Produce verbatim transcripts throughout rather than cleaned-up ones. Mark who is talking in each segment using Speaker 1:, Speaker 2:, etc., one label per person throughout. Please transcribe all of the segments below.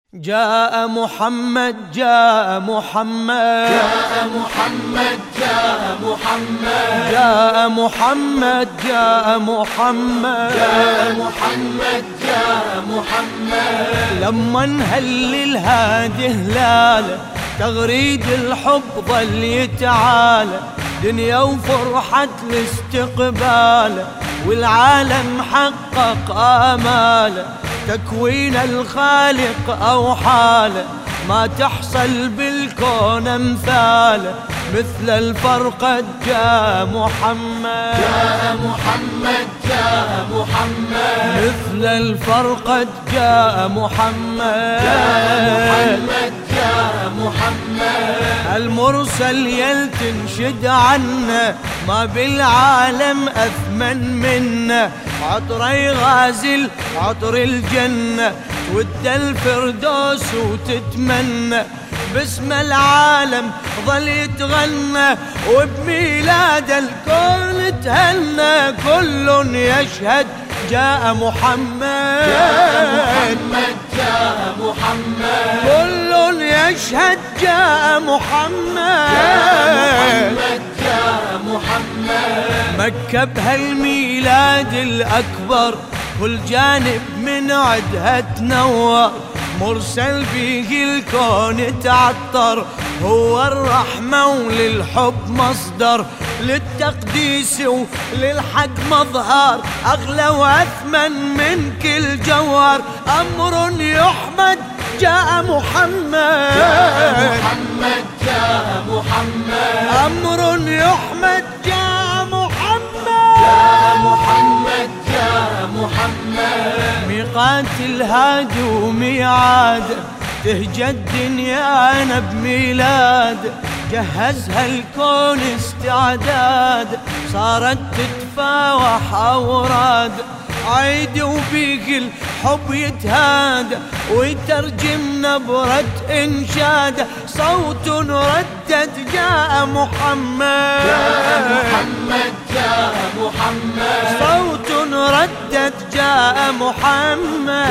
Speaker 1: جاء محمد جاء محمد
Speaker 2: جاء محمد جاء محمد
Speaker 1: جاء محمد جاء محمد
Speaker 2: جاء محمد جاء محمد
Speaker 1: لما نهلل هادي هلاله تغريد الحب ظل يتعالى دنيا وفرحة الاستقبال والعالم حقق آماله تكوين الخالق أو حاله ما تحصل بالكون أمثاله مثل الفرقد جاء محمد
Speaker 2: جاء محمد جاء محمد
Speaker 1: مثل الفرقد جاء محمد
Speaker 2: جاء محمد جاء محمد
Speaker 1: المرسل يلتنشد عنا ما بالعالم أثمن منا عطر يغازل عطر الجنة تود الفردوس وتتمنى باسم العالم ظل يتغنى وبميلاد الكون تهنى كل يشهد جاء محمد
Speaker 2: جاء محمد جاء محمد
Speaker 1: كل يشهد جاء محمد
Speaker 2: محمد جاء محمد
Speaker 1: مكة بهالميلاد الأكبر كل جانب من عدها تنور مرسل به الكون تعطر هو الرحمة وللحب مصدر للتقديس وللحق مظهر أغلى وأثمن من كل جوهر أمر يحمد جاء محمد
Speaker 2: جاء محمد جاء محمد
Speaker 1: أمر يحمد جاء محمد
Speaker 2: جاء محمد جاء محمد
Speaker 1: ميقات الهادي وميعاد تهجى الدنيا بميلاد جهزها الكون استعداد صارت تتفاوح أوراد عيد وبيك الحب يتهادى ويترجم نبرة إنشاد صوت ردد جاء محمد
Speaker 2: جاء محمد جاء محمد
Speaker 1: صوت ردد جاء محمد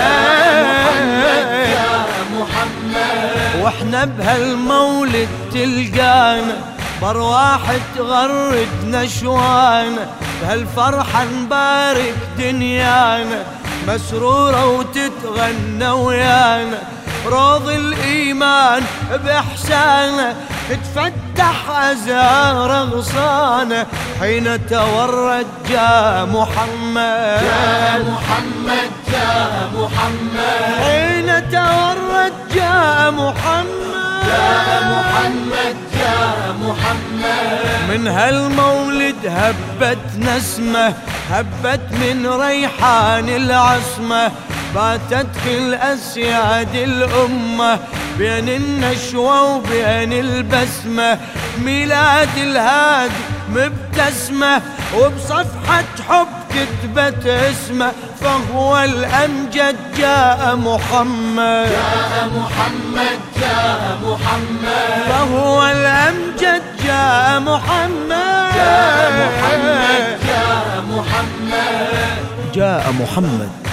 Speaker 2: جاء محمد
Speaker 1: واحنا بهالمولد تلقانا برواح تغرد نشوانا بهالفرحة نبارك دنيانا مسرورة وتتغنى ويانا روض الإيمان بإحسانه تتفتح أزهار غصانه حين تورد جاء محمد
Speaker 2: جاء محمد جاء محمد
Speaker 1: حين تورد جاء محمد
Speaker 2: جاء محمد جاء محمد
Speaker 1: من هالمولد هبت نسمة هبت من ريحان العصمة باتت كل أسياد الأمة بين النشوة وبين البسمة ميلاد الهادي مبتسمة وبصفحة حب كتبت اسمه فهو الأمجد جاء محمد
Speaker 2: جاء محمد جاء محمد
Speaker 1: فهو الأمجد جاء محمد
Speaker 2: جاء محمد جاء محمد
Speaker 1: جاء محمد